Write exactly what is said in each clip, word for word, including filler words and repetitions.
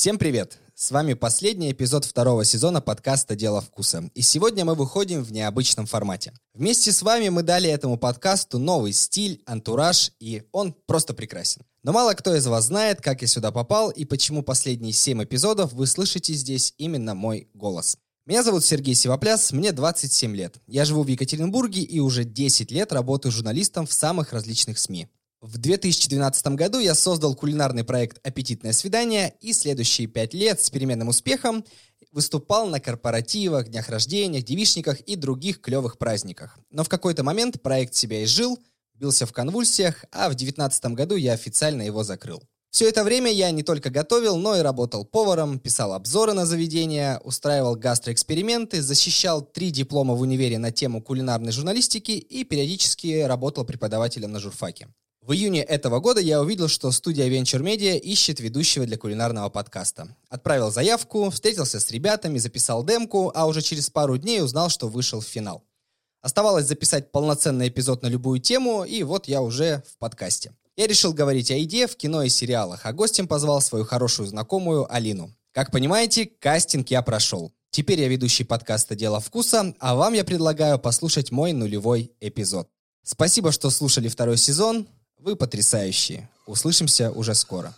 Всем привет! С вами последний эпизод второго сезона подкаста «Дело вкуса». И сегодня мы выходим в необычном формате. Вместе с вами мы дали этому подкасту новый стиль, антураж, и он просто прекрасен. Но мало кто из вас знает, как я сюда попал и почему последние семь эпизодов вы слышите здесь именно мой голос. Меня зовут Сергей Сивопляс, мне двадцать семь лет. Я живу в Екатеринбурге и уже десять лет работаю журналистом в самых различных СМИ. В две тысячи двенадцатом году я создал кулинарный проект «Аппетитное свидание» и следующие пять лет с переменным успехом выступал на корпоративах, днях рождения, девичниках и других клевых праздниках. Но в какой-то момент проект себя изжил, бился в конвульсиях, а в две тысячи девятнадцатом году я официально его закрыл. Все это время я не только готовил, но и работал поваром, писал обзоры на заведения, устраивал гастроэксперименты, защищал три диплома в универе на тему кулинарной журналистики и периодически работал преподавателем на журфаке. В июне этого года я увидел, что студия Venture Media ищет ведущего для кулинарного подкаста. Отправил заявку, встретился с ребятами, записал демку, а уже через пару дней узнал, что вышел в финал. Оставалось записать полноценный эпизод на любую тему, и вот я уже в подкасте. Я решил говорить о еде в кино и сериалах, а гостем позвал свою хорошую знакомую Алину. Как понимаете, кастинг я прошел. Теперь я ведущий подкаста «Дело вкуса», а вам я предлагаю послушать мой нулевой эпизод. Спасибо, что слушали второй сезон. Вы потрясающие. Услышимся уже скоро.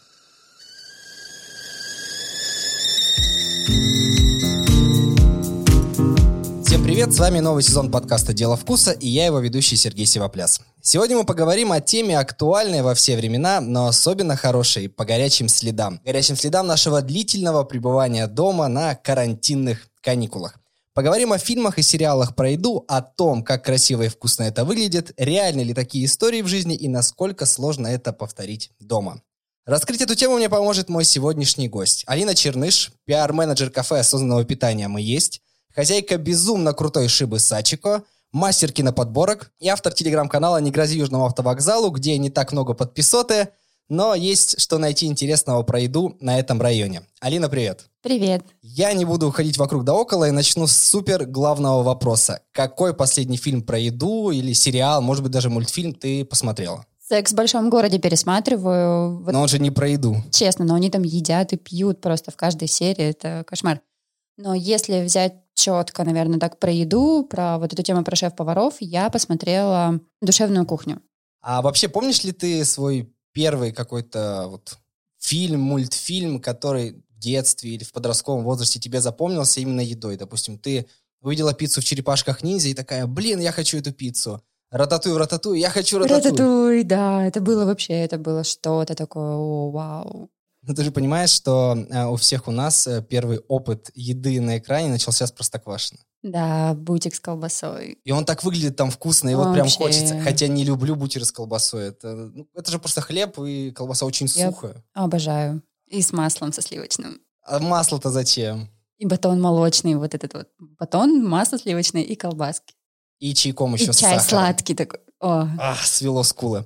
Всем привет, с вами новый сезон подкаста «Дело вкуса» и я его ведущий Сергей Сивопляс. Сегодня мы поговорим о теме, актуальной во все времена, но особенно хорошей, по горячим следам. Горячим следам нашего длительного пребывания дома на карантинных каникулах. Поговорим о фильмах и сериалах про еду, о том, как красиво и вкусно это выглядит, реальны ли такие истории в жизни и насколько сложно это повторить дома. Раскрыть эту тему мне поможет мой сегодняшний гость. Алина Черныш, пиар-менеджер кафе осознанного питания «Мы есть», хозяйка безумно крутой шибы Сачико, мастер киноподборок и автор телеграм-канала «Не грози Южному автовокзалу», где не так много подписоты, но есть что найти интересного про еду на этом районе. Алина, привет. Привет. Я не буду ходить вокруг да около и начну с супер главного вопроса. Какой последний фильм про еду или сериал, может быть, даже мультфильм ты посмотрела? «Секс в большом городе» пересматриваю. Вот, но он же не про еду. Честно, но они там едят и пьют просто в каждой серии. Это кошмар. Но если взять четко, наверное, так про еду, про вот эту тему про шеф-поваров, я посмотрела «Душевную кухню». А вообще помнишь ли ты свой первый какой-то вот фильм, мультфильм, который в детстве или в подростковом возрасте тебе запомнился именно едой? Допустим, ты увидела пиццу в «Черепашках-ниндзя» и такая: блин, я хочу эту пиццу. Рататуй, рататуй, я хочу рататуй. Рататуй, да, это было вообще, это было что-то такое, о, вау. Ну, ты же понимаешь, что э, у всех у нас э, первый опыт еды на экране начался с Простоквашино. Да, бутик с колбасой. И он так выглядит там вкусно, и Вообще. вот прям хочется. Хотя не люблю бутеры с колбасой. Это, ну, это же просто хлеб, и колбаса очень Я сухая. обожаю. И с маслом, со сливочным. А масло-то зачем? И батон молочный, вот этот вот батон, масло сливочное и колбаски. И чайком еще и с чай сахаром. сладкий такой. О. Ах, свело скулы.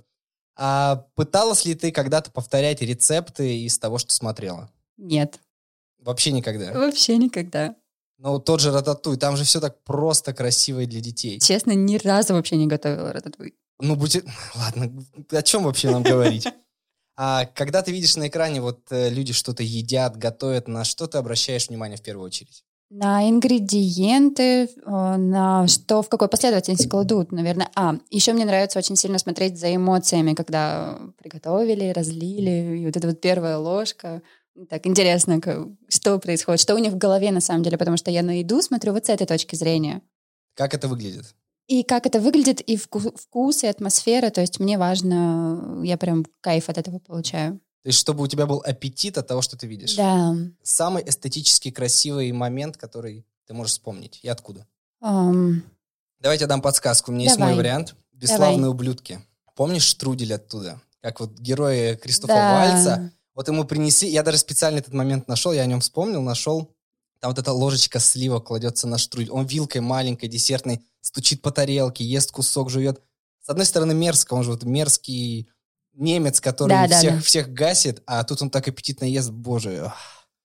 А пыталась ли ты когда-то повторять рецепты из того, что смотрела? Нет. Вообще никогда? Вообще никогда. Ну, тот же рататуй, там же все так просто, красиво и для детей. Честно, ни разу вообще не готовила рататуй. Ну, будет... Ладно, о чем вообще нам говорить? А когда ты видишь на экране, вот э, люди что-то едят, готовят, на что ты обращаешь внимание в первую очередь? На ингредиенты, на что, в какой последовательности кладут, наверное. А, еще мне нравится очень сильно смотреть за эмоциями, когда приготовили, разлили, и вот эта вот первая ложка. Так интересно, что происходит, что у них в голове на самом деле, потому что я на еду смотрю вот с этой точки зрения. Как это выглядит? И как это выглядит, и вку- вкус, и атмосфера, то есть мне важно, я прям кайф от этого получаю. То есть, чтобы у тебя был аппетит от того, что ты видишь. Да. Самый эстетически красивый момент, который ты можешь вспомнить. И откуда? Um, Давайте я дам подсказку. У меня есть давай. мой вариант. «Бесславные Давай. ублюдки». Помнишь штрудель оттуда? Как вот герои Кристофа Да. Вальца. Вот ему принесли... Я даже специально этот момент нашел, я о нем вспомнил, нашел. Там вот эта ложечка сливок кладется на штрудель. Он вилкой маленькой, десертной, стучит по тарелке, ест кусок, жует. С одной стороны, мерзко. Он же вот мерзкий... немец, который Да, да, всех, да. всех гасит, а тут он так аппетитно ест, боже.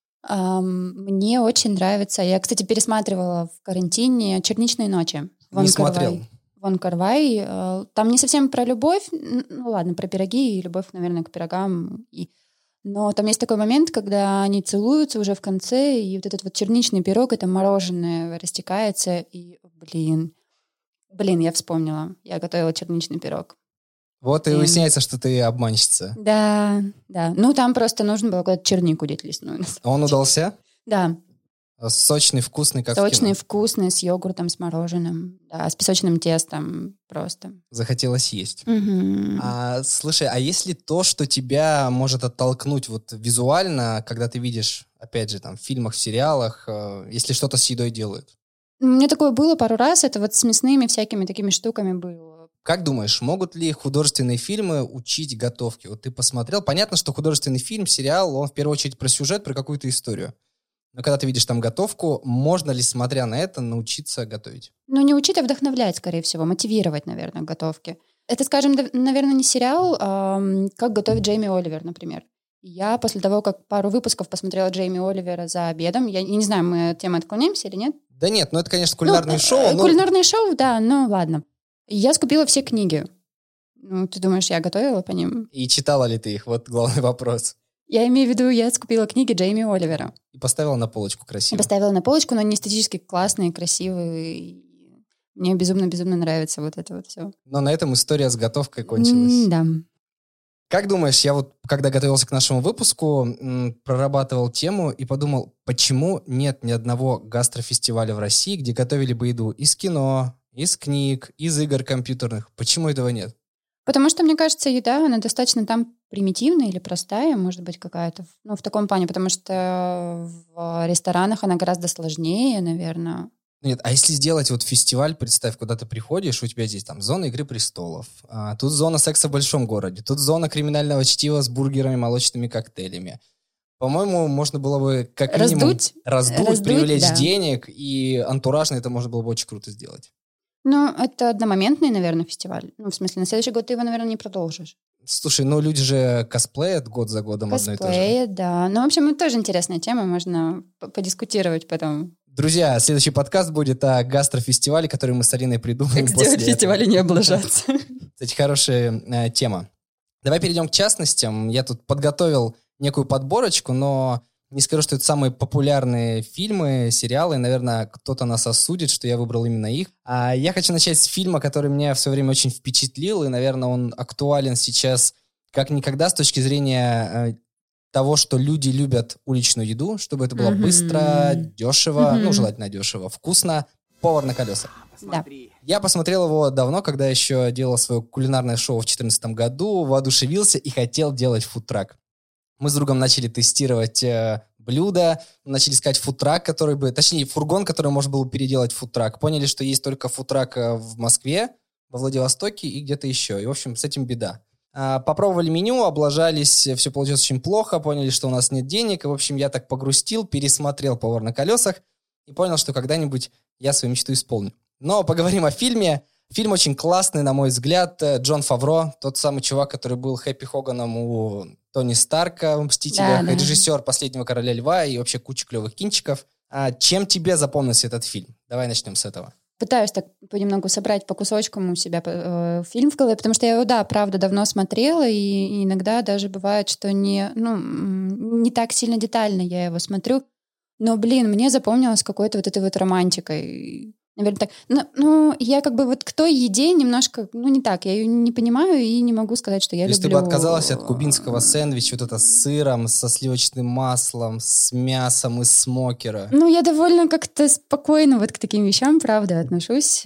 Um, мне очень нравится. Я, кстати, пересматривала в карантине «Черничные ночи». Вон Не Кар-вай. смотрел. Вон Кар-вай. Там не совсем про любовь, ну ладно, про пироги и любовь, наверное, к пирогам. И Но там есть такой момент, когда они целуются уже в конце, и вот этот вот черничный пирог, это мороженое растекается, и, блин, блин, я вспомнила. Я готовила черничный пирог. Вот и выясняется, что ты обманщица. Да, да. Ну, там просто нужно было куда-то чернику деть лесную. Он удался? Да. Сочный, вкусный, как Сочный, вкусный, с йогуртом, с мороженым. Да, с песочным тестом просто. Захотелось есть. Угу. А, слушай, а есть ли то, что тебя может оттолкнуть вот визуально, когда ты видишь, опять же, там, в фильмах, в сериалах, э, если что-то с едой делают? У меня такое было пару раз, это вот с мясными всякими такими штуками было. Как думаешь, могут ли художественные фильмы учить готовке? Вот ты посмотрел, понятно, что художественный фильм, сериал, он в первую очередь про сюжет, про какую-то историю. Но когда ты видишь там готовку, можно ли, смотря на это, научиться готовить? Ну, не учить, а вдохновлять, скорее всего, мотивировать, наверное, к готовке. Это, скажем, наверное, не сериал, а «Как готовит Джейми Оливер», например. Я после того, как пару выпусков посмотрела Джейми Оливера за обедом, я, я не знаю, мы от темы отклоняемся или нет? Да нет, ну это, конечно, кулинарное ну, шоу. Но... Кулинарное шоу, да, ну ладно. Я скупила все книги. Ну, ты думаешь, я готовила по ним? И читала ли ты их? Вот главный вопрос. Я имею в виду, я скупила книги Джейми Оливера. И поставила на полочку красиво. И поставила на полочку, но они эстетически классные, красивые. Мне безумно-безумно нравится вот это вот все. Но на этом история с готовкой кончилась. Mm, да. Как думаешь, я вот, когда готовился к нашему выпуску, м, прорабатывал тему и подумал, почему нет ни одного гастрофестиваля в России, где готовили бы еду из кино, из книг, из игр компьютерных? Почему этого нет? Потому что, мне кажется, еда, она достаточно там примитивная или простая, может быть, какая-то, ну, в таком плане, потому что в ресторанах она гораздо сложнее, наверное. Нет, а если сделать вот фестиваль, представь, куда ты приходишь, у тебя здесь там зона «Игры престолов», а, тут зона секса в большом городе, тут зона криминального чтива с бургерами, молочными коктейлями. По-моему, можно было бы как минимум раздуть, раздуть, раздуть привлечь да. денег, и антуражно это можно было бы очень круто сделать. Ну, это одномоментный, наверное, фестиваль. Ну, в смысле, на следующий год ты его, наверное, не продолжишь. Слушай, ну люди же косплеят год за годом одно и то же. Косплеят, да. Ну, в общем, это тоже интересная тема, можно подискутировать потом. Друзья, следующий подкаст будет о гастрофестивале, который мы с Ариной придумаем. Как сделать фестиваль и не облажаться. Кстати, хорошая э, тема. Давай перейдем к частностям. Я тут подготовил некую подборочку, но не скажу, что это самые популярные фильмы, сериалы. Наверное, кто-то нас осудит, что я выбрал именно их. А я хочу начать с фильма, который меня в свое время очень впечатлил, и, наверное, он актуален сейчас как никогда с точки зрения э, того, что люди любят уличную еду, чтобы это было mm-hmm. быстро, дешево, mm-hmm. ну, желательно дешево, вкусно. «Повар на колесах». Да. Я посмотрел его давно, когда еще делал свое кулинарное шоу в две тысячи четырнадцатом году, воодушевился и хотел делать фудтрак. Мы с другом начали тестировать э, блюда, начали искать фудтрак, который бы, точнее, фургон, который можно было переделать в фудтрак. Поняли, что есть только фудтрак в Москве, во Владивостоке и где-то еще. И, в общем, с этим беда. А, попробовали меню, облажались, все получилось очень плохо, поняли, что у нас нет денег. И, в общем, я так погрустил, пересмотрел «Повар на колесах» и понял, что когда-нибудь я свою мечту исполню. Но поговорим о фильме. Фильм очень классный, на мой взгляд. Джон Фавро, тот самый чувак, который был Хэппи Хоганом у Тони Старка в «Мстителях», да, да. режиссер «Последнего короля льва» и вообще куча клевых кинчиков. А чем тебе запомнился этот фильм? Давай начнем с этого. Пытаюсь так понемногу собрать по кусочкам у себя э, фильм в голове, потому что я его, да, правда, давно смотрела, и, и иногда даже бывает, что не, ну, не так сильно детально я его смотрю. Но, блин, мне запомнилось какой-то вот этой вот романтикой. Наверное, так. Ну, ну, я как бы вот к той еде немножко, ну, не так. Я ее не понимаю и не могу сказать, что я люблю. То люблю. есть ты бы отказалась от кубинского сэндвича, вот это с сыром, со сливочным маслом, с мясом из смокера? Ну, я довольно как-то спокойно вот к таким вещам, правда, отношусь.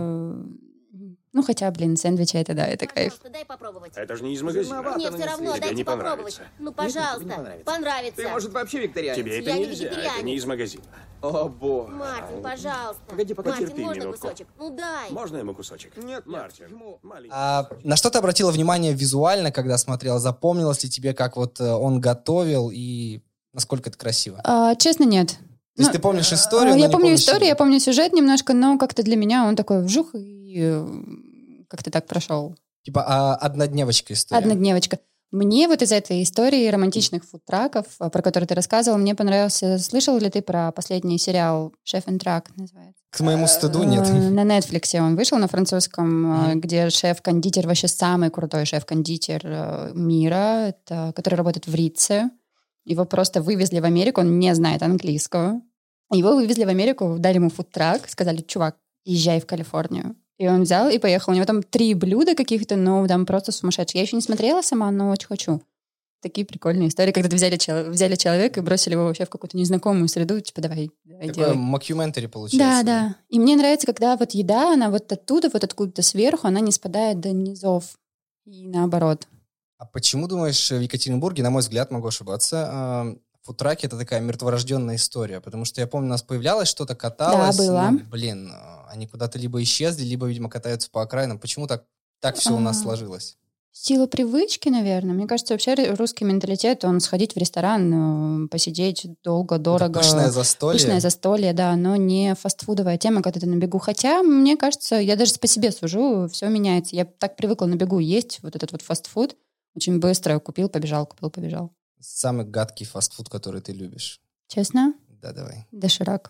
Ну, хотя, блин, сэндвичи это, да, это кайф. Дай попробовать. Это же не из магазина. Нет, все равно, Тебе дайте не попробовать. Ну, пожалуйста, не понравится. понравится. Ты, может, вообще вегетарианец? Тебе это Я не нельзя, это вегетарианец. не из магазина. О, боже. Мартин, пожалуйста. Погоди, погоди. Мартин, Потерпи можно минутку. кусочек? Ну, дай. Можно ему кусочек? Нет, Мартин, ему- маленький А кусочек. на что ты обратила внимание визуально, когда смотрела? Запомнилось ли тебе, как вот э, он готовил и насколько это красиво? А, честно, нет. То есть Ну, ты помнишь историю, а, но Я не помню помнишь историю, сюжет? я помню сюжет немножко, но как-то для меня он такой вжух и э, как-то так прошел. Типа а, однодневочка история. Однодневочка. Мне вот из этой истории романтичных фудтраков, а, про которые ты рассказывал, мне понравился... Слышал ли ты про последний сериал «Шеф энд Трак» называется? К моему стыду нет. Э, На Netflix он вышел, на французском, э, Мгм. где шеф-кондитер, вообще самый крутой шеф-кондитер э, мира, это, который работает в Ритце. Его просто вывезли в Америку, он не знает английского. Его вывезли в Америку, дали ему фудтрак, сказали, чувак, езжай в Калифорнию. И он взял и поехал. У него там три блюда каких-то, ну, там просто сумасшедшие. Я еще не смотрела сама, но очень хочу. Такие прикольные истории, когда взяли, чел- взяли человека и бросили его вообще в какую-то незнакомую среду, типа, давай, давай Такое делай. мокюментари получается. Да, да. И мне нравится, когда вот еда, она вот оттуда, вот откуда-то сверху, она не спадает до низов. И наоборот. А почему, думаешь, в Екатеринбурге, на мой взгляд, могу ошибаться, фудтраки — это такая мертворожденная история? Потому что я помню, у нас появлялось что-то, каталось. Да, было. Ну, блин, они куда-то либо исчезли, либо, видимо, катаются по окраинам. Почему так, так все у нас А. сложилось? Сила привычки, наверное. Мне кажется, вообще русский менталитет, он сходить в ресторан, посидеть долго, дорого. Это пышное застолье. Пышное застолье, да, но не фастфудовая тема, когда ты на бегу. Хотя, мне кажется, я даже по себе сужу, все меняется. Я так привыкла на бегу есть вот этот вот фастфуд. Очень быстро купил, побежал, купил, побежал. Самый гадкий фастфуд, который ты любишь. Честно? Да, давай. Доширак.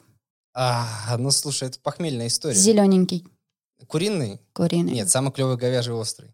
А, ну, слушай, это похмельная история. Зелененький. Куриный? Куриный. Нет, самый клевый говяжий острый.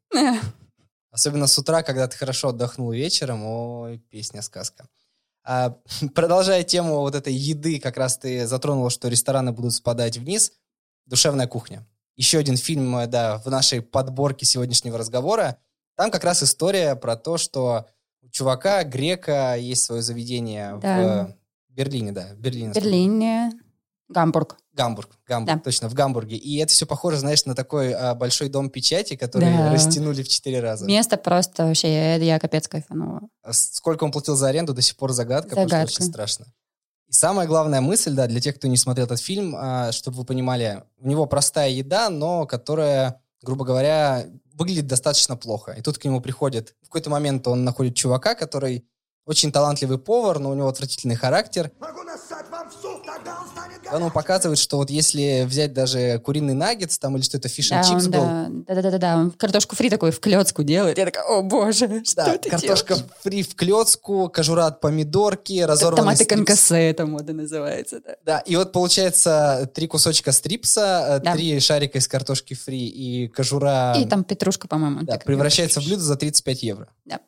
Особенно с утра, когда ты хорошо отдохнул вечером. Ой, песня-сказка. А, продолжая тему вот этой еды, как раз ты затронула, что рестораны будут спадать вниз. «Душевная кухня». Еще один фильм, да, в нашей подборке сегодняшнего разговора. Там как раз история про то, что у чувака, грека, есть свое заведение Да. в Берлине, да, в Берлине. Берлине. Гамбург. Гамбург, Гамбург, Да. точно, в Гамбурге. И это все похоже, знаешь, на такой а, большой дом печати, который Да. растянули в четыре раза. Место просто вообще, я, я капец кайфанула. А сколько он платил за аренду, до сих пор загадка, потому Загадка. что очень страшно. И самая главная мысль, да, для тех, кто не смотрел этот фильм, а, чтобы вы понимали, у него простая еда, но которая, грубо говоря, выглядит достаточно плохо. И тут к нему приходит, в какой-то момент он находит чувака, который очень талантливый повар, но у него отвратительный характер. Могу нассать вам в суп, тогда он станет Он ему показывает, что вот если взять даже куриный наггетс там или что это фиш Да, and чипс он, был, да, да, да, да, да, он картошку фри такой в клетку делает. Я такая, о боже, что да, ты картошка делаешь? фри в клетку, кожура от помидорки, разорванный Томаты стрипс. конкассе, это мода называется, да. Да, и вот получается три кусочка стрипса, э, Да. три шарика из картошки фри и кожура И там петрушка, по-моему. да, так превращается в блюдо за тридцать пять евро. Да.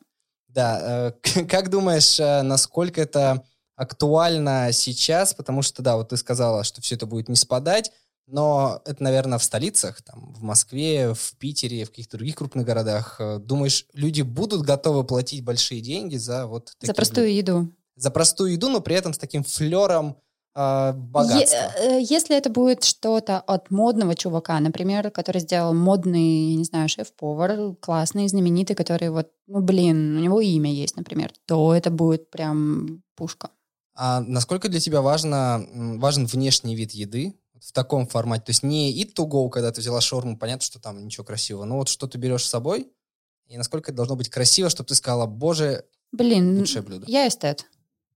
Да, э, как думаешь, э, насколько это актуально сейчас? Потому что, да, вот ты сказала, что все это будет не спадать, но это, наверное, в столицах, там, в Москве, в Питере, в каких-то других крупных городах. Э, Думаешь, люди будут готовы платить большие деньги за вот такие За простую блюда? еду. За простую еду, но при этом с таким флером э, богатства. Е- э, Если это будет что-то от модного чувака, например, который сделал модный, я не знаю, шеф-повар, классный, знаменитый, который вот, ну, блин, у него имя есть, например, то это будет прям пушка. А насколько для тебя важно, м, важен внешний вид еды в таком формате? То есть не eat to go, когда ты взяла шаурму, понятно, что там ничего красивого, но вот что ты берешь с собой, и насколько это должно быть красиво, чтобы ты сказала, боже, Блин, лучшее блюдо. я эстет.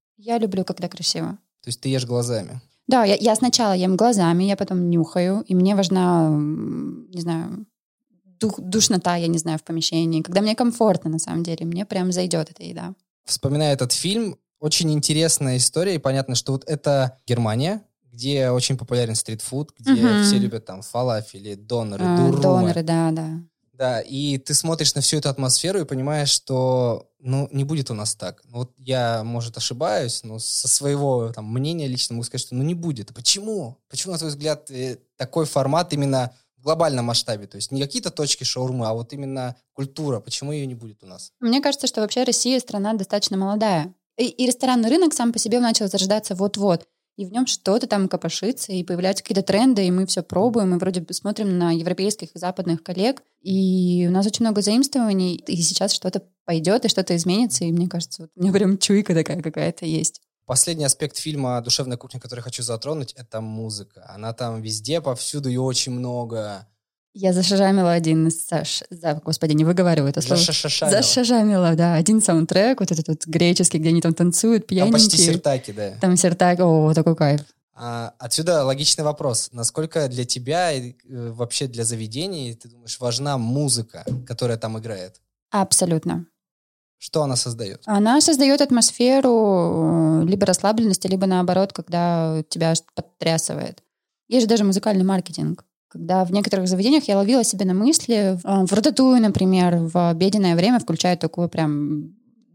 Я люблю, когда красиво. То есть ты ешь глазами. Да, я, я сначала ем глазами, я потом нюхаю, и мне важна, м, не знаю, дух- душнота, я не знаю, в помещении. Когда мне комфортно, на самом деле, мне прям зайдет эта еда. Вспоминая этот фильм, очень интересная история, и понятно, что вот это Германия, где очень популярен стритфуд, где Мгм. все любят там фалафели, доноры, А, дурумы. доноры, да, да. Да, и ты смотришь на всю эту атмосферу и понимаешь, что, ну, не будет у нас так. Ну, вот я, может, ошибаюсь, но со своего там мнения лично могу сказать, что, ну, не будет. Почему? Почему, на твой взгляд, э, такой формат именно в глобальном масштабе? То есть не какие-то точки шаурмы, а вот именно культура. Почему ее не будет у нас? Мне кажется, что вообще Россия страна достаточно молодая. И, и ресторанный рынок сам по себе начал зарождаться вот-вот. И в нем что-то там копошится, и появляются какие-то тренды, и мы все пробуем, и вроде бы смотрим на европейских и западных коллег, и у нас очень много заимствований, и сейчас что-то пойдет, и что-то изменится, и мне кажется, вот у меня прям чуйка такая какая-то есть. Последний аспект фильма «Душевная кухня», который хочу затронуть, это музыка. Она там везде, повсюду, ее очень много. Я зашажамила один из... Саш... За... Господи, не выговариваю это слово. Зашашамила. Зашажамила, да. Один саундтрек, вот этот вот греческий, где они там танцуют, Там пьяненькие. почти сиртаки, да. Там сиртак, о, такой кайф. А, отсюда логичный вопрос. Насколько для тебя и э, вообще для заведений, ты думаешь, важна музыка, которая там играет? Абсолютно. Что она создает? Она создает атмосферу э, либо расслабленности, либо наоборот, когда тебя аж подтрясывает. Есть же даже музыкальный маркетинг. Когда в некоторых заведениях я ловила себя на мысли, э, в рататуй, например, в обеденное время включают такую прям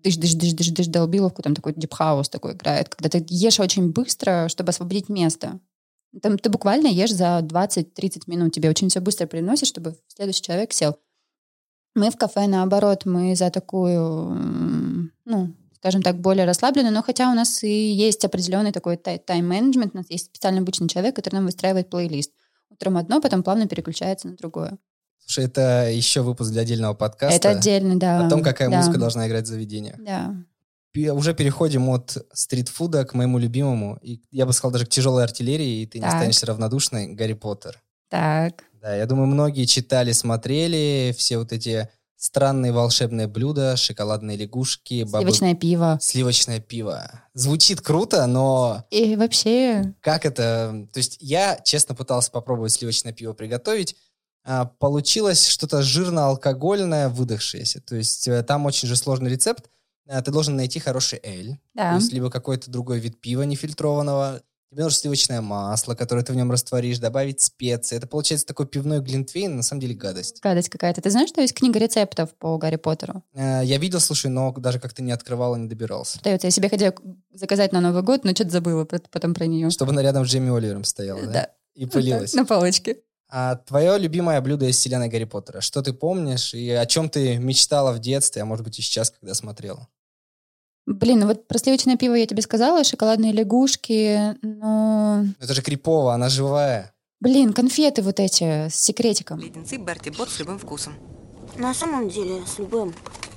дыш-дыш-дыш-дыш-дыш долбиловку, там такой дипхаус такой играет, когда ты ешь очень быстро, чтобы освободить место. Там ты буквально ешь за двадцать-тридцать минут, тебе очень все быстро приносит, чтобы следующий человек сел. Мы в кафе, наоборот, мы за такую, ну, скажем так, более расслабленную, но хотя у нас и есть определенный такой тайм-менеджмент, у нас есть специально обученный человек, который нам выстраивает плейлист. Утром одно, потом плавно переключается на другое. Слушай, это еще выпуск для отдельного подкаста. Это отдельно, да. О том, какая да. музыка должна играть в заведениях. Да. Уже переходим от стритфуда к моему любимому, и я бы сказал даже к тяжелой артиллерии, и ты так. не останешься равнодушной, Гарри Поттер. Так. Да, я думаю, многие читали, смотрели все вот эти странные волшебные блюда, шоколадные лягушки, бабы... Сливочное пиво. Сливочное пиво. Звучит круто, но... И вообще... Как это... То есть я, честно, пытался попробовать сливочное пиво приготовить. А, получилось что-то жирно-алкогольное, выдохшееся. То есть там очень же сложный рецепт. Ты должен найти хороший эль. Да. То есть либо какой-то другой вид пива нефильтрованного. Тебе нужно сливочное масло, которое ты в нем растворишь, добавить специи. Это получается такой пивной глинтвейн, на самом деле гадость. Гадость какая-то. Ты знаешь, что есть книга рецептов по Гарри Поттеру? Я видел, слушай, но даже как-то не открывал и не добирался. Продается. Я себе хотела заказать на Новый год, но что-то забыла потом про нее. Чтобы она рядом с Джейми Оливером стояла, да? Да. И пылилась. На полочке. А твое любимое блюдо из вселенной Гарри Поттера? Что ты помнишь и о чем ты мечтала в детстве, а может быть и сейчас, когда смотрела? Блин, ну вот про сливочное пиво я тебе сказала, шоколадные лягушки, но... Это же крипово, она живая. Блин, конфеты вот эти с секретиком. Леденцы Берти Бот с любым вкусом. На самом деле, с любым.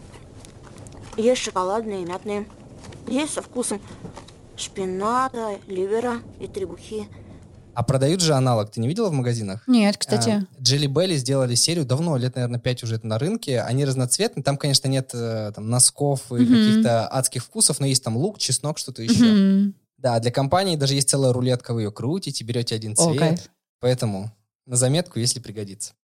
Есть шоколадные и мятные. Есть со вкусом шпината, ливера и требухи. А продают же аналог, ты не видела в магазинах? Нет, кстати. Джелли Белли сделали серию давно, лет, наверное, пять уже это на рынке. Они разноцветные, там, конечно, нет там, носков и mm-hmm. каких-то адских вкусов, но есть там лук, чеснок, что-то еще. Mm-hmm. Да, для компании даже есть целая рулетка, вы ее крутите, берете один цвет. Okay. Поэтому на заметку, если пригодится.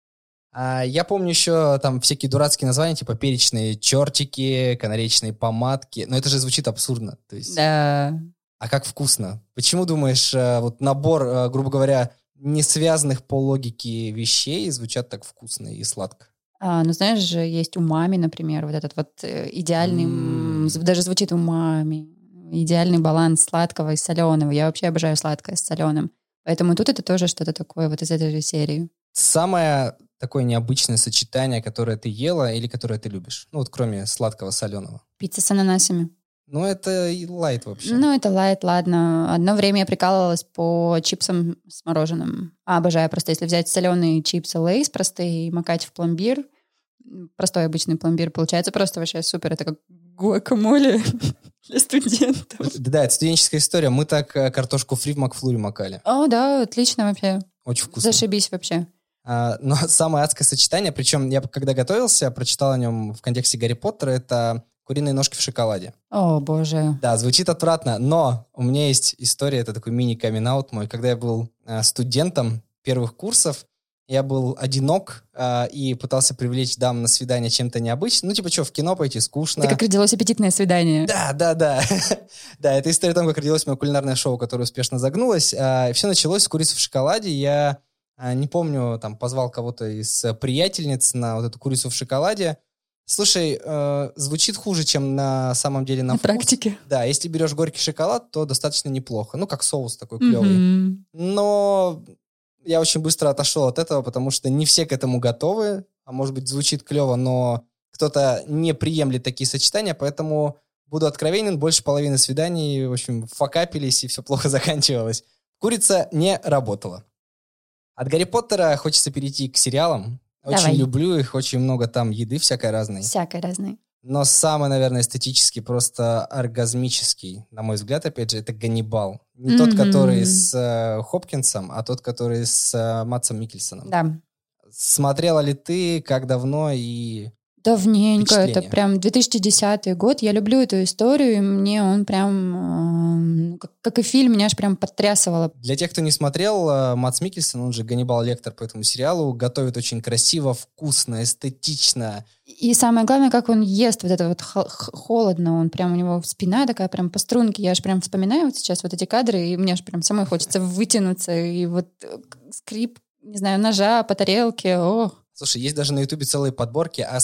А я помню еще там всякие дурацкие названия, типа перечные чертики, канареечные помадки. Но это же звучит абсурдно. То есть... Да... А как вкусно? Почему, думаешь, вот набор, грубо говоря, не связанных по логике вещей звучат так вкусно и сладко? А, ну, знаешь же, есть умами, например, вот этот вот идеальный, mm. даже звучит умами, идеальный баланс сладкого и соленого. Я вообще обожаю сладкое с соленым. Поэтому тут это тоже что-то такое вот из этой же серии. Самое такое необычное сочетание, которое ты ела или которое ты любишь? Ну, вот кроме сладкого соленого. Пицца с ананасами. Ну, это и лайт вообще. Ну, это лайт, ладно. Одно время я прикалывалась по чипсам с мороженым. А, обожаю просто, если взять соленые чипсы Лейс простые и макать в пломбир, простой обычный пломбир, получается просто вообще супер. Это как гуакамоле для студентов. Да, это студенческая история. Мы так картошку фри в Макфлури макали. О, да, отлично вообще. Очень вкусно. Зашибись вообще. А, но самое адское сочетание, причем я когда готовился, прочитал о нем в контексте Гарри Поттера, это... куриные ножки в шоколаде. О, боже. Да, звучит отвратно, но у меня есть история, это такой мини-камин-аут мой. Когда я был э, студентом первых курсов, я был одинок э, и пытался привлечь дам на свидание чем-то необычным. Ну, типа, что, в кино пойти скучно. Это как родилось аппетитное свидание. Да, да, да. Да, это история о том, как родилось мое кулинарное шоу, которое успешно загнулось. Все началось с курицы в шоколаде. Я не помню, там, позвал кого-то из приятельниц на вот эту курицу в шоколаде. Слушай, э, звучит хуже, чем на самом деле на, на вкус. практике. Да, если берешь горький шоколад, то достаточно неплохо. Ну, как соус такой клевый. Mm-hmm. Но я очень быстро отошел от этого, потому что не все к этому готовы. А может быть, звучит клево, но кто-то не приемлет такие сочетания, поэтому буду откровенен, больше половины свиданий, в общем, факапились, и все плохо заканчивалось. Курица не работала. От Гарри Поттера хочется перейти к сериалам. Очень Давай. люблю их, очень много там еды всякой разной. Всякой разной. Но самый, наверное, эстетический, просто оргазмический, на мой взгляд, опять же, это «Ганнибал». Не mm-hmm. тот, который с э, Хопкинсом, а тот, который с э, Мадсом Миккельсеном. Да. Смотрела ли ты, как давно и... Давненько, это прям две тысячи десятый год. Я люблю эту историю, и мне он прям, э, как, как и фильм, меня аж прям потрясывало. Для тех, кто не смотрел, Мадс Миккельсен, он же Ганнибал Лектор по этому сериалу, готовит очень красиво, вкусно, эстетично. И самое главное, как он ест, вот это вот холодно, он прям, у него спина такая прям по струнке. Я аж прям вспоминаю вот сейчас вот эти кадры, и мне аж прям самой хочется вытянуться, и вот скрип, не знаю, ножа по тарелке, ох. Слушай, есть даже на Ютубе целые подборки а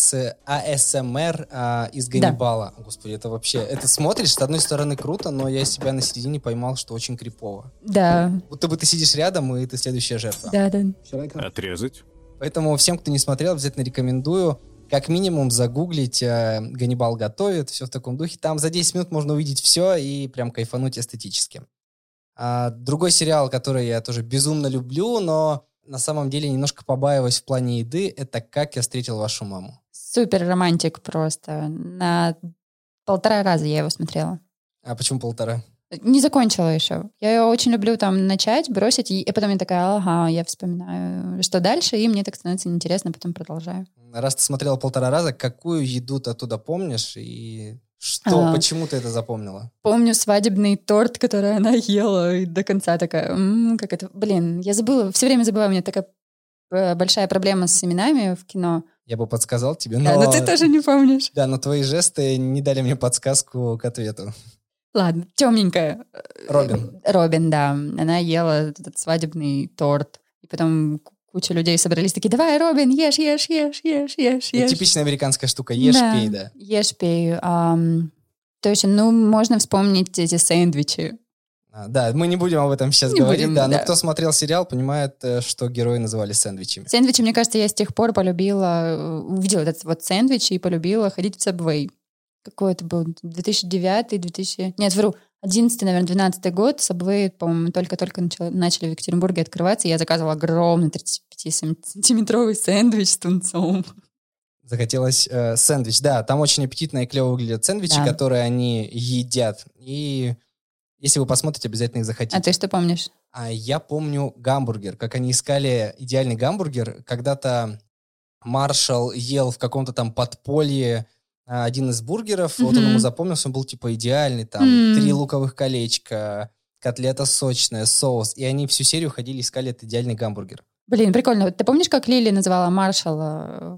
эс эм эр а, из Ганнибала. Да. Господи, это вообще... Это смотришь, с одной стороны круто, но я себя на середине поймал, что очень крипово. Да. Будто бы ты сидишь рядом, и ты следующая жертва. Да, да. Отрезать? Поэтому всем, кто не смотрел, обязательно рекомендую как минимум загуглить э, «Ганнибал готовит», все в таком духе. Там за десять минут можно увидеть все и прям кайфануть эстетически. А, другой сериал, который я тоже безумно люблю, но на самом деле немножко побаиваюсь в плане еды, это «Как я встретил вашу маму». Супер романтик просто. На полтора раза я его смотрела. А почему полтора? Не закончила еще. Я ее очень люблю там начать, бросить, и потом я такая, ага, я вспоминаю, что дальше, и мне так становится неинтересно, потом продолжаю. Раз ты смотрела полтора раза, какую еду ты оттуда помнишь, и что, а, почему ты это запомнила? Помню свадебный торт, который она ела, и до конца такая, м-м, как это, блин, я забыла, все время забываю, у меня такая большая проблема с именами в кино. Я бы подсказал тебе, но... Да, но ты тоже не помнишь. Да, но твои жесты не дали мне подсказку к ответу. Ладно, темненькая. Робин. Робин, да. Она ела этот свадебный торт. И потом куча людей собрались такие, давай, Робин, ешь, ешь, ешь, ешь, ешь, ешь. Типичная американская штука. Ешь, да, пей, да. Ешь, пей. Um, точно, ну, можно вспомнить эти сэндвичи. А, да, мы не будем об этом сейчас не говорить, будем, да, да. Но кто смотрел сериал, понимает, что герои называли сэндвичами. Сэндвичи, мне кажется, я с тех пор полюбила, увидела этот вот сэндвич и полюбила ходить в Subway. Какой это был? две тысячи девятый, две тысячи... Нет, вру. одиннадцатый, наверное, двенадцатый год. Subway, по-моему, только-только начало, начали в Екатеринбурге открываться. И я заказывала огромный тридцатипятисантиметровый сэндвич с тунцом. Захотелось э, сэндвич. Да, там очень аппетитно и клево выглядят сэндвичи, да. которые они едят. И если вы посмотрите, обязательно их захотите. А ты что помнишь? А я помню гамбургер. Как они искали идеальный гамбургер. Когда-то Маршал ел в каком-то там подполье один из бургеров, mm-hmm. вот он ему запомнился, он был типа идеальный, там, mm. три луковых колечка, котлета сочная, соус, и они всю серию ходили, искали этот идеальный гамбургер. Блин, прикольно. Ты помнишь, как Лили называла Маршала?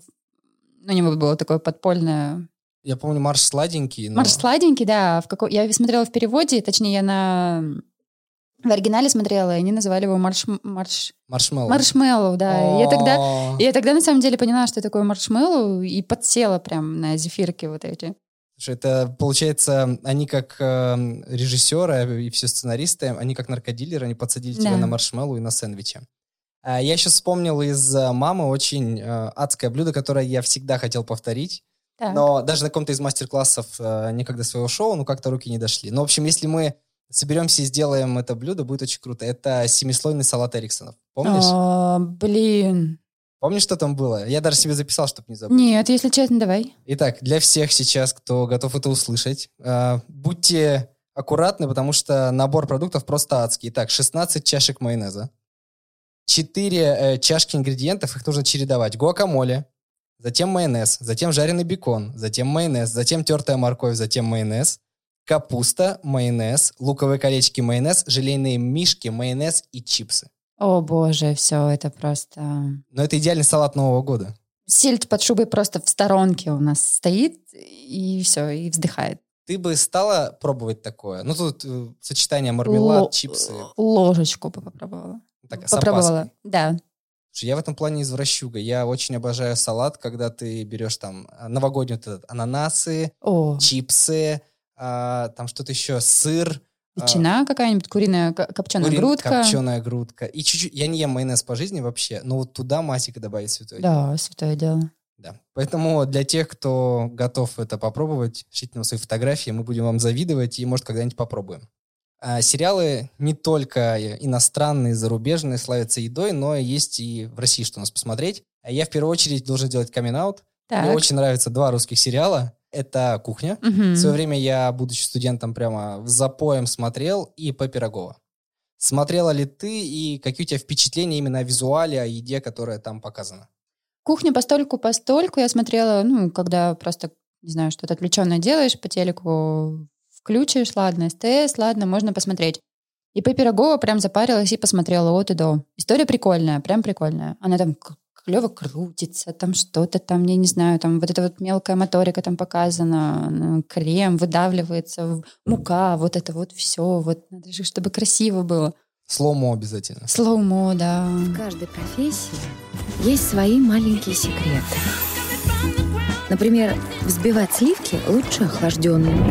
У него было такое подпольное... Я помню Марш сладенький. Но... Марш сладенький, да. В каком... Я смотрела в переводе, точнее, я на... В оригинале смотрела, и они называли его марш... марш... Маршмеллоу. Маршмеллоу, да. Я тогда... я тогда на самом деле поняла, что такое маршмеллоу, и подсела прям на зефирки вот эти. Слушай, это, получается, они как э, режиссеры и все сценаристы, они как наркодилеры, они подсадили да. тебя на маршмеллоу и на сэндвичи. А я еще вспомнил из «Мамы» очень э, адское блюдо, которое я всегда хотел повторить. Так. Но даже на каком-то из мастер-классов э, некогда своего шоу, ну, как-то руки не дошли. Но, в общем, если мы соберемся и сделаем это блюдо, будет очень круто. Это семислойный салат Эриксонов. Помнишь? О, блин. Помнишь, что там было? Я даже себе записал, чтобы не забыть. Нет, если честно, давай. Итак, для всех сейчас, кто готов это услышать, э, будьте аккуратны, потому что набор продуктов просто адский. Итак, шестнадцать чашек майонеза, четыре э, чашки ингредиентов, их нужно чередовать. Гуакамоле, затем майонез, затем жареный бекон, затем майонез, затем тертая морковь, затем майонез, капуста, майонез, луковые колечки, майонез, желейные мишки, майонез и чипсы. О боже, все, это просто... Но это идеальный салат Нового года. Сельдь под шубой просто в сторонке у нас стоит, и все, и вздыхает. Ты бы стала пробовать такое? Ну, тут э, сочетание мармелад, Л- чипсы. Ложечку бы попробовала. Так, попробовала, да. Я в этом плане извращуга. Я очень обожаю салат, когда ты берешь там новогодние вот этот, ананасы, О. чипсы, а, там что-то еще, сыр. Ветчина а, какая-нибудь, куриная копченая кури... грудка. Копченая грудка. И чуть-чуть, я не ем майонез по жизни вообще, но вот туда масика добавить святое да, дело. Да, святое дело. Да. Поэтому для тех, кто готов это попробовать, шлите нам свои фотографии, мы будем вам завидовать и, может, когда-нибудь попробуем. А сериалы не только иностранные, зарубежные, славятся едой, но есть и в России, что у нас посмотреть. Я в первую очередь должен делать камин-аут. Мне очень нравятся два русских сериала. Это «Кухня». Угу. В свое время я, будучи студентом, прямо в запоем смотрел, и «Ип Пирогова». Смотрела ли ты, и какие у тебя впечатления именно о визуале, о еде, которая там показана? «Кухня» постольку-постольку я смотрела, ну, когда просто, не знаю, что-то отвлеченное делаешь, по телеку включишь, ладно, СТС, ладно, можно посмотреть. «Ип Пирогова» прям запарилась и посмотрела от и до. История прикольная, прям прикольная. Она там клево крутится, там что-то там, я не знаю, там вот эта вот мелкая моторика там показана, крем выдавливается, мука, вот это вот все, вот надо же, чтобы красиво было. Слоумо обязательно. Слоумо, да. В каждой профессии есть свои маленькие секреты. Например, взбивать сливки лучше охлажденными.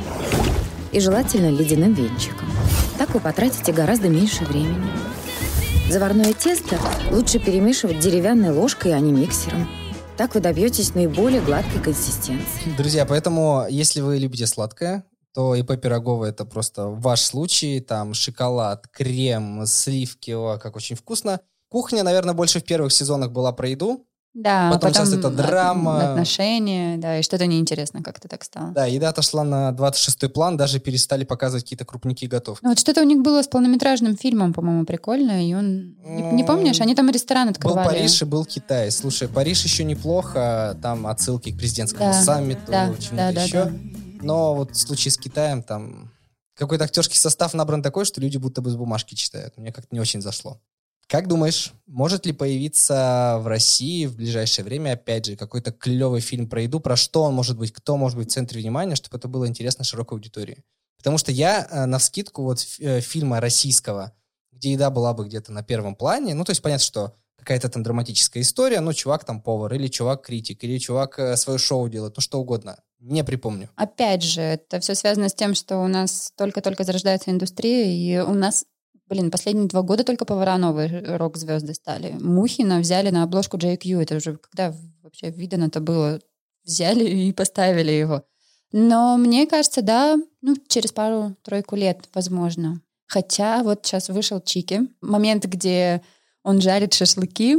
И желательно ледяным венчиком. Так вы потратите гораздо меньше времени. Заварное тесто лучше перемешивать деревянной ложкой, а не миксером. Так вы добьетесь наиболее гладкой консистенции. Друзья, поэтому, если вы любите сладкое, то ИП Пирогова — это просто ваш случай. Там шоколад, крем, сливки, о, как очень вкусно. Кухня, наверное, больше в первых сезонах была про еду. Да, Потом, потом сейчас это драма. Отношения, да, и что-то неинтересно как-то так стало. Да, еда отошла на двадцать шестой план, даже перестали показывать какие-то крупники готовки. Ну, вот что-то у них было с полнометражным фильмом, по-моему, прикольно, и он... Не, не помнишь? Они там ресторан открывали. Был Париж и был Китай. Слушай, Париж еще неплохо, там отсылки к президентскому да, саммиту, да, чему-то да, да, еще. Да. Но вот в случае с Китаем там какой-то актерский состав набран такой, что люди будто бы с бумажки читают. Мне как-то не очень зашло. Как думаешь, может ли появиться в России в ближайшее время, опять же, какой-то клевый фильм про еду? Про что он может быть? Кто может быть в центре внимания, чтобы это было интересно широкой аудитории? Потому что я, навскидку, вот фильма российского, где еда была бы где-то на первом плане, ну, то есть понятно, что какая-то там драматическая история, ну, чувак там повар, или чувак критик, или чувак свое шоу делает, ну, что угодно. Не припомню. Опять же, это все связано с тем, что у нас только-только зарождается индустрия, и у нас... Блин, последние два года только повара новые рок-звезды стали. Мухина взяли на обложку джей кью. Это уже когда вообще видано-то было. Взяли и поставили его. Но мне кажется, да, ну, через пару-тройку лет, возможно. Хотя вот сейчас вышел Чики. Момент, где он жарит шашлыки.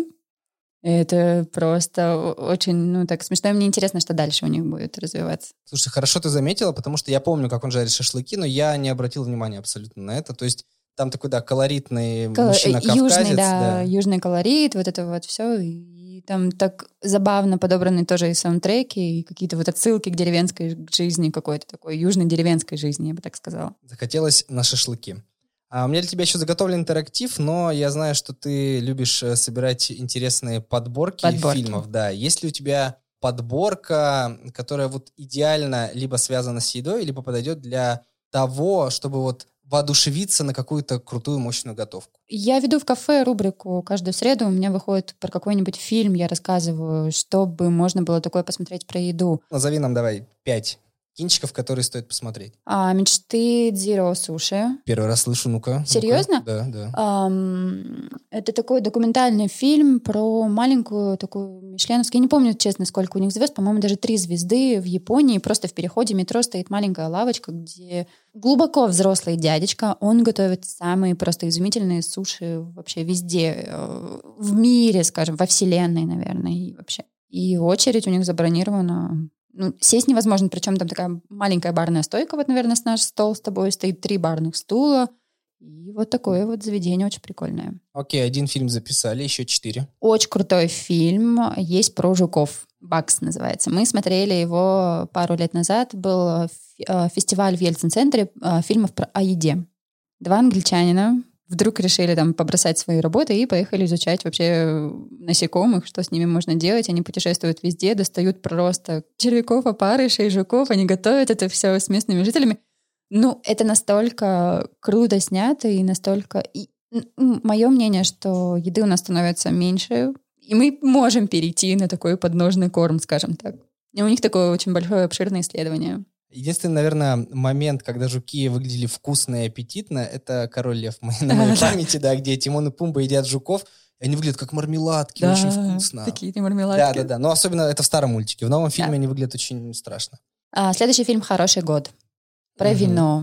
Это просто очень, ну, так смешно. И мне интересно, что дальше у них будет развиваться. Слушай, хорошо ты заметила, потому что я помню, как он жарит шашлыки, но я не обратил внимания абсолютно на это. То есть там такой, да, колоритный Кол... мужчина-кавказец. Южный, да, да, южный колорит, вот это вот все. И там так забавно подобраны тоже и саундтреки, и какие-то вот отсылки к деревенской жизни, какой-то такой южной деревенской жизни, я бы так сказала. Захотелось на шашлыки. А у меня для тебя еще заготовлен интерактив, но я знаю, что ты любишь собирать интересные подборки, подборки. фильмов. Да. Есть ли у тебя подборка, которая вот идеально либо связана с едой, либо подойдет для того, чтобы вот воодушевиться на какую-то крутую, мощную готовку? Я веду в кафе рубрику каждую среду. У меня выходит про какой-нибудь фильм, я рассказываю, чтобы можно было такое посмотреть про еду. Назови нам давай пять кинчиков, которые стоит посмотреть. А, «Мечты Дзиро Суши». Первый раз слышу, ну-ка. Серьезно? Ну-ка. Да, да. А, это такой документальный фильм про маленькую такую мишленовскую. Я не помню, честно, сколько у них звезд. По-моему, даже три звезды в Японии. Просто в переходе метро стоит маленькая лавочка, где глубоко взрослый дядечка. Он готовит самые просто изумительные суши вообще везде. В мире, скажем, во вселенной, наверное, и вообще. И очередь у них забронирована. Ну, сесть невозможно, причем там такая маленькая барная стойка, вот, наверное, с наш стол с тобой, стоит три барных стула, и вот такое вот заведение очень прикольное. Окей, один фильм записали, еще четыре. Очень крутой фильм есть про жуков, «Бакс» называется. Мы смотрели его пару лет назад, был фестиваль в Ельцин-центре фильмов про о еде. Два англичанина вдруг решили там побросать свои работы и поехали изучать вообще насекомых, что с ними можно делать. Они путешествуют везде, достают просто червяков, опарышей, жуков, они готовят это все с местными жителями. Ну, это настолько круто снято и настолько... И, мое мнение, что еды у нас становится меньше, и мы можем перейти на такой подножный корм, скажем так. И у них такое очень большое, обширное исследование. Единственный, наверное, момент, когда жуки выглядели вкусно и аппетитно, это «Король лев» на моей памяти, да, где Тимон и Пумба едят жуков, и они выглядят как мармеладки, да, очень вкусно. Такие мармеладки. Да-да-да, но особенно это в старом мультике. В новом фильме да. они выглядят очень страшно. А, следующий фильм «Хороший год» про угу. вино.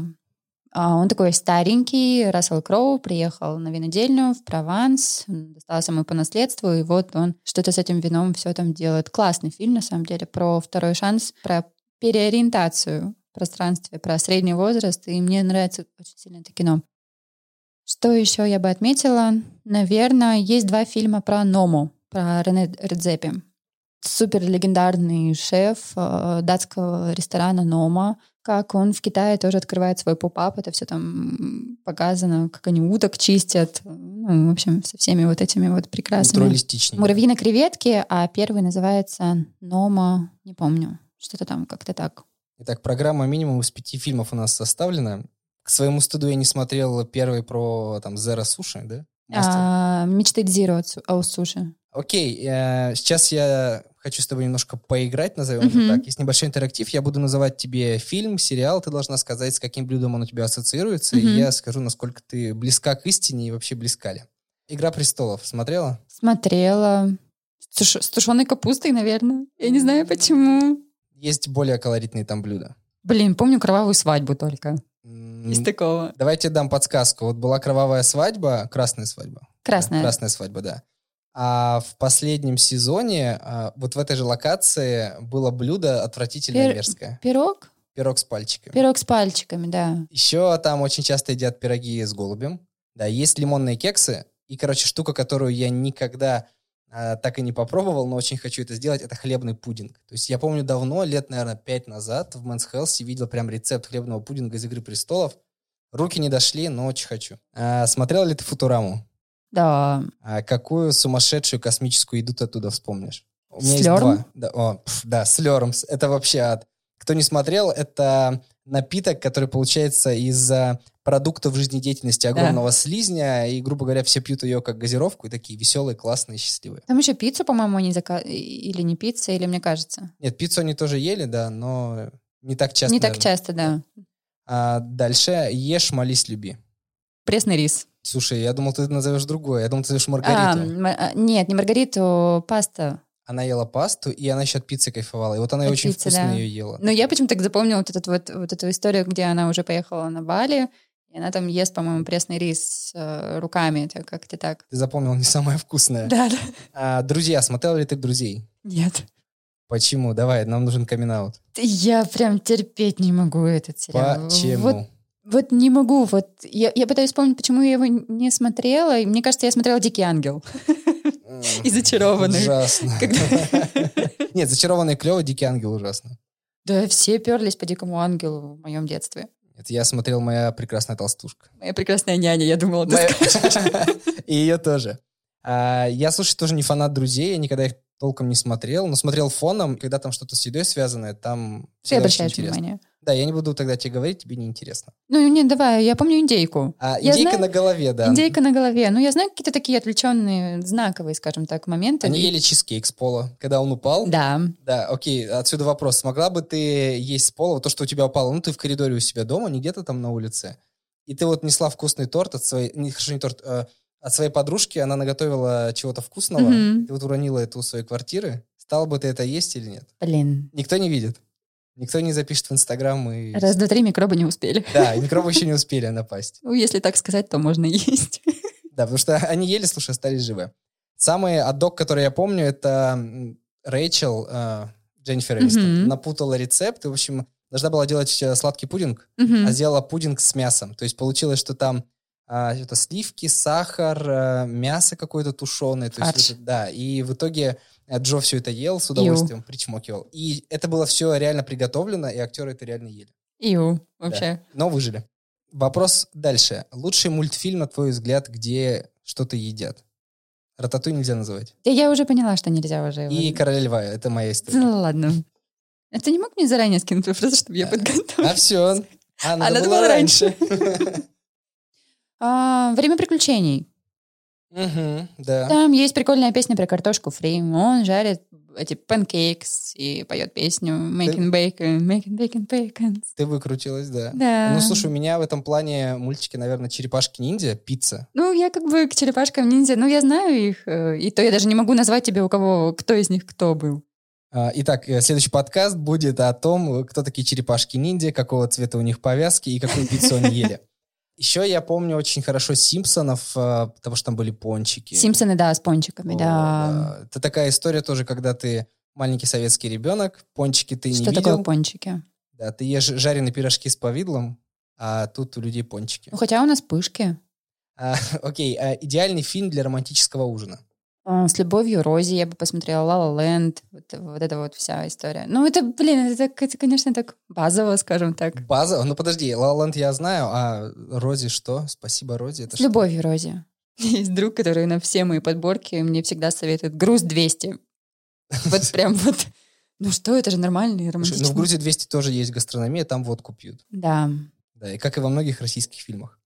А, он такой старенький, Рассел Кроу приехал на винодельню в Прованс, достался ему по наследству, и вот он что-то с этим вином все там делает. Классный фильм, на самом деле, про второй шанс, про переориентацию в пространстве, про средний возраст, и мне нравится очень сильно это кино. Что еще я бы отметила? Наверное, есть два фильма про Ному, про Рене Редзепи. Супер легендарный шеф э, датского ресторана Нома, как он в Китае тоже открывает свой поп-ап, это все там показано, как они уток чистят, ну, в общем, со всеми вот этими вот прекрасными. Муравьи на креветке, а первый называется Нома, не помню. Что-то там как-то так. Итак, программа минимум из пяти фильмов у нас составлена. К своему стыду я не смотрел первый про там Zero Sushi, да? Мастер. А, мечты Дзиро о суши. Окей, э, сейчас я хочу с тобой немножко поиграть, назовем это Мгм. так. Есть небольшой интерактив, я буду называть тебе фильм, сериал, ты должна сказать, с каким блюдом он у тебя ассоциируется, Мгм. и я скажу, насколько ты близка к истине и вообще близка ли. «Игра престолов» смотрела? Смотрела. С, туш- с тушеной капустой, наверное. Я не знаю почему. Есть более колоритные там блюда. Блин, помню кровавую свадьбу только. М, Из такого. Давайте дам подсказку. Вот была кровавая свадьба, красная свадьба. Красная. Да, красная свадьба, да. А в последнем сезоне а, вот в этой же локации было блюдо отвратительное, Пер- мерзкое. Пирог? Пирог с пальчиками. Пирог с пальчиками, да. Еще там очень часто едят пироги с голубем. Да, есть лимонные кексы. И, короче, штука, которую я никогда а, так и не попробовал, но очень хочу это сделать, это хлебный пудинг. То есть я помню давно, лет, наверное, пять назад в Men's Health видел прям рецепт хлебного пудинга из «Игры престолов». Руки не дошли, но очень хочу. А, смотрел ли ты «Футураму»? Да. А какую сумасшедшую космическую еду ты оттуда вспомнишь? У меня Слёрм? есть два. Да, о, пф, да, слёрм. Это вообще ад. Кто не смотрел, это напиток, который получается из а, продуктов жизнедеятельности огромного слизня, и, грубо говоря, все пьют ее как газировку, и такие веселые, классные, счастливые. Там еще пиццу, по-моему, они заказывали. Или не пицца, или мне кажется. Нет, пиццу они тоже ели, да, но не так часто. не так наверное. часто, да. А дальше «Ешь, молись, люби». Пресный рис. Слушай, я думал, ты назовешь другое. Я думал, ты назовешь А, Маргариту. м- а, нет, не Маргариту, паста. Она ела пасту, и она еще от пиццы кайфовала. И вот она и От очень пиццы, вкусно да. ее ела. Но я почему-то так запомнила вот, этот вот, вот эту историю, где она уже поехала на Бали, и она там ест, по-моему, пресный рис э, руками. Это как-то так. Ты запомнил не самое вкусное. Да, да. А, «Друзья», смотрел ли ты «Друзей»? Нет. Почему? Давай, нам нужен камин-аут. Я прям терпеть не могу этот сериал. Почему? Вот, вот не могу. Вот я, я пытаюсь вспомнить, почему я его не смотрела. И мне кажется, я смотрела «Дикий ангел». М, И «Зачарованный». Ужасно. Когда- Нет, «Зачарованный» клево, «Дикий ангел» ужасно. Да, все перлись по «Дикому ангелу» в моем детстве. Это я смотрел «Моя прекрасная толстушка». Моя прекрасная няня, я думала, ты Моя- скажешь. И ее тоже. А, Я, слушай, тоже не фанат «Друзей», я никогда их толком не смотрел, но смотрел фоном, когда там что-то с едой связанное, там Ты всегда очень обращаешь интересно. внимание. Да, я не буду тогда тебе говорить, тебе неинтересно. Ну, нет, давай, я помню индейку. А Я индейка знаю- на голове, да. Индейка на голове. Ну, я знаю какие-то такие отвлеченные, знаковые, скажем так, моменты. Они ели чизкейк с пола, когда он упал. Да. Да, окей, отсюда вопрос. Смогла бы ты есть с пола вот то, что у тебя упало? Ну, ты в коридоре у себя дома, не где-то там на улице. И ты вот несла вкусный торт от своей... Не, хорошо, не торт, а от своей подружки. Она наготовила чего-то вкусного. Мгм. Ты вот уронила это у своей квартиры. Стала бы ты это есть или нет? Блин. Никто не видит. Никто не запишет в Инстаграм. И... Раз, два, три, микробы не успели. Да, и микробы еще не успели напасть. Ну, если так сказать, то можно есть. Да, потому что они ели, слушай, остались живы. Самый аддок, который я помню, это м, Рэйчел, э, Дженнифер Энистон, Мгм. напутала рецепт. И, в общем, должна была делать э, сладкий пудинг, Мгм. а сделала пудинг с мясом. То есть получилось, что там а, что-то сливки, сахар, а, мясо какое-то тушеное. То есть Фарш. вот это- да, и в итоге а, Джо все это ел с удовольствием, причмокивал. И это было все реально приготовлено, и актеры это реально ели. Иу, вообще. Но выжили. Вопрос дальше. Лучший мультфильм, на твой взгляд, где что-то едят? «Рататуй» нельзя называть. Да я уже поняла, что нельзя уже его. И «Короля льва» — это моя история. Ну, ладно. А ты не мог мне заранее скинуть вопрос, чтобы я А подготовилась? все. А, надо, надо было было раньше. А, «Время приключений». Мгм, да. Там есть прикольная песня про картошку фри. Он жарит эти панкейкс и поет песню «Making bacon, making bacon bacon». Ты выкрутилась, да. Да. Ну, слушай, у меня в этом плане мультики, наверное, «Черепашки-ниндзя», «Пицца». Ну, я как бы к черепашкам ниндзя, ну, я знаю их, э, и то я даже не могу назвать тебе, у кого, кто из них кто был. А, Итак, э, следующий подкаст будет о том, кто такие черепашки-ниндзя, какого цвета у них повязки и какую пиццу они ели. Еще я помню очень хорошо «Симпсонов», а, потому что там были пончики. Симпсоны, да, с пончиками, О, да. Это такая история тоже, когда ты маленький советский ребенок, пончики ты не Что видел. такое пончики? Да, ты ешь жареные пирожки с повидлом, а тут у людей пончики. Ну, хотя у нас пышки. А, окей, а идеальный фильм для романтического ужина. А, С любовью Рози я бы посмотрела, «Ла Ла Ленд», вот, вот эта вот вся история. Ну, это, блин, это, так- это, конечно, так базово, скажем так. База? Ну подожди, «Ла Ла Ленд» я знаю, а «Рози» что? Спасибо, «Рози». Это С что? любовью Рози. Есть друг, который на все мои подборки мне всегда советует «Груз двести». Вот прям вот. Ну что, это же нормальный Слушай, романтичный. ну в Грузии двести тоже есть гастрономия, там водку пьют. Да. Да, и как и во многих российских фильмах.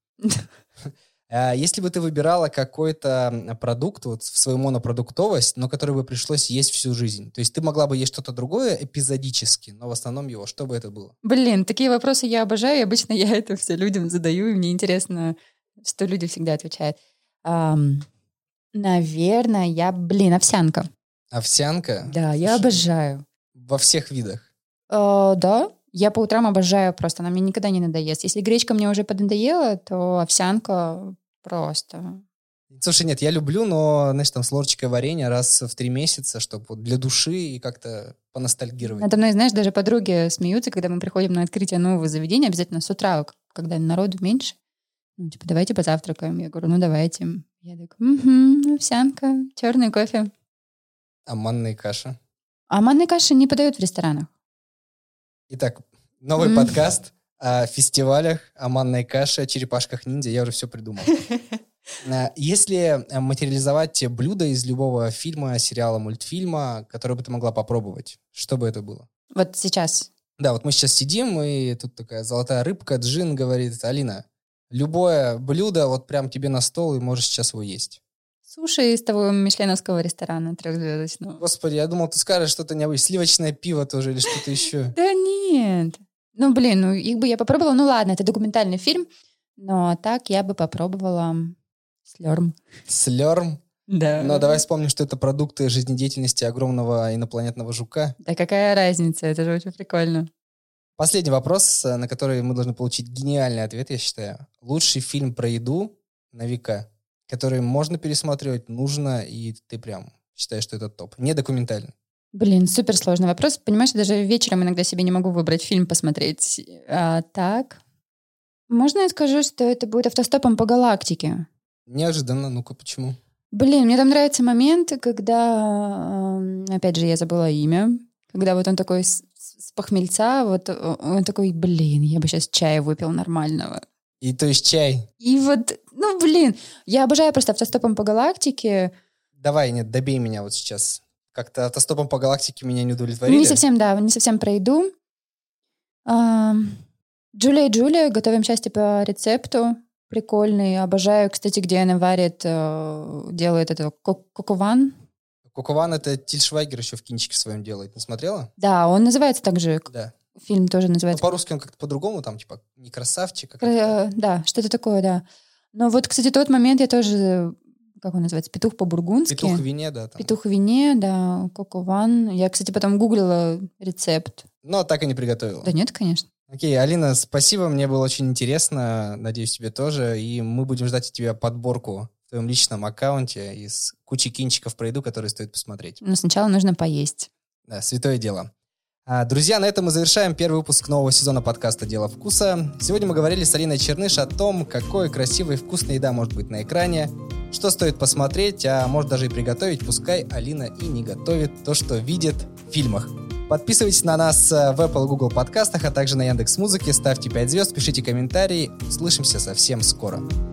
Если бы ты выбирала какой-то продукт, вот в свою монопродуктовость, но который бы пришлось есть всю жизнь, то есть ты могла бы есть что-то другое эпизодически, но в основном его, что бы это было? Блин, такие вопросы я обожаю, и обычно я это все людям задаю, и мне интересно, что люди всегда отвечают. Ам, наверное, я, блин, овсянка. Овсянка? Да, я обожаю. Во всех видах? Э, да, я по утрам обожаю просто, она мне никогда не надоест. Если гречка мне уже поднадоела, то овсянка просто... Слушай, нет, я люблю, но, знаешь, там с ложечкой варенья раз в три месяца, чтобы вот для души и как-то поностальгировать. Надо мной, знаешь, даже подруги смеются, когда мы приходим на открытие нового заведения, обязательно с утра, когда народу меньше. Ну, типа, давайте позавтракаем. Я говорю, ну, давайте. Я так, угу, овсянка, черный кофе. А манная каша? А манной каши не подают в ресторанах. Итак, новый Mm. подкаст о фестивалях, о манной каше, о черепашках-ниндзя. Я уже все придумал. А, Если материализовать те блюда из любого фильма, сериала, мультфильма, которые бы ты могла попробовать, что бы это было? Вот сейчас. Да, вот мы сейчас сидим, и тут такая золотая рыбка, Джин говорит: Алина, любое блюдо вот прям тебе на стол, и можешь сейчас его есть. Суши из того мишленовского ресторана трехзвездочного. Господи, я думал, ты скажешь что-то необычное. Сливочное пиво тоже или что-то еще. Да нет. Ну, блин, ну их бы я попробовала. Ну, ладно, это документальный фильм. Но так я бы попробовала слёрм. Слёрм? Да. Но давай вспомним, что это продукты жизнедеятельности огромного инопланетного жука. Да какая разница, это же очень прикольно. Последний вопрос, на который мы должны получить гениальный ответ, я считаю. Лучший фильм про еду на века, который можно пересматривать, нужно, и ты прям считаешь, что это топ. Не документальный. Блин, супер сложный вопрос. Понимаешь, я даже вечером иногда себе не могу выбрать фильм посмотреть. А так... Можно я скажу, что это будет «Автостопом по галактике»? Неожиданно. Ну-ка, почему? Блин, мне там нравятся моменты, когда... э, Опять же, я забыла имя. Когда вот он такой с, с похмельца, вот он такой, блин, я бы сейчас чая выпил нормального. И то есть чай. И вот, ну, блин, я обожаю просто «Автостопом по галактике». Давай, нет, добей меня вот сейчас. Как-то «Автостопом по галактике» меня не удовлетворили. Не совсем, да, не совсем про еду. А, Джулия и Джулия, готовим счастье по рецепту. Прикольный, обожаю. Кстати, где она варит, э, делает это кокован. Кокован — это Тиль Швайгер еще в кинчике своем делает. Не смотрела? Да, он называется так же. Да. Фильм тоже Но называется. по-русски он как-то по-другому, там, типа, не красавчик, а как-то... Э, Да, что-то такое, да. Но вот, кстати, тот момент я тоже... Как он называется? Петух по-бургундски. Петух в вине, да. Там. Петух в вине, да, кокован. Я, кстати, потом гуглила рецепт. Но так и не приготовила. Да нет, конечно. Окей, Алина, спасибо, мне было очень интересно, надеюсь, тебе тоже, и мы будем ждать от тебя подборку в твоем личном аккаунте из кучи кинчиков про еду, которые стоит посмотреть. Но сначала нужно поесть. Да, святое дело. А, друзья, на этом мы завершаем первый выпуск нового сезона подкаста «Дело вкуса». Сегодня мы говорили с Алиной Черныш о том, какой красивой и вкусной еда может быть на экране, что стоит посмотреть, а может даже и приготовить, пускай Алина и не готовит то, что видит в фильмах. Подписывайтесь на нас в Apple и Google подкастах, а также на Яндекс.Музыке, ставьте пять звезд, пишите комментарии. Услышимся совсем скоро.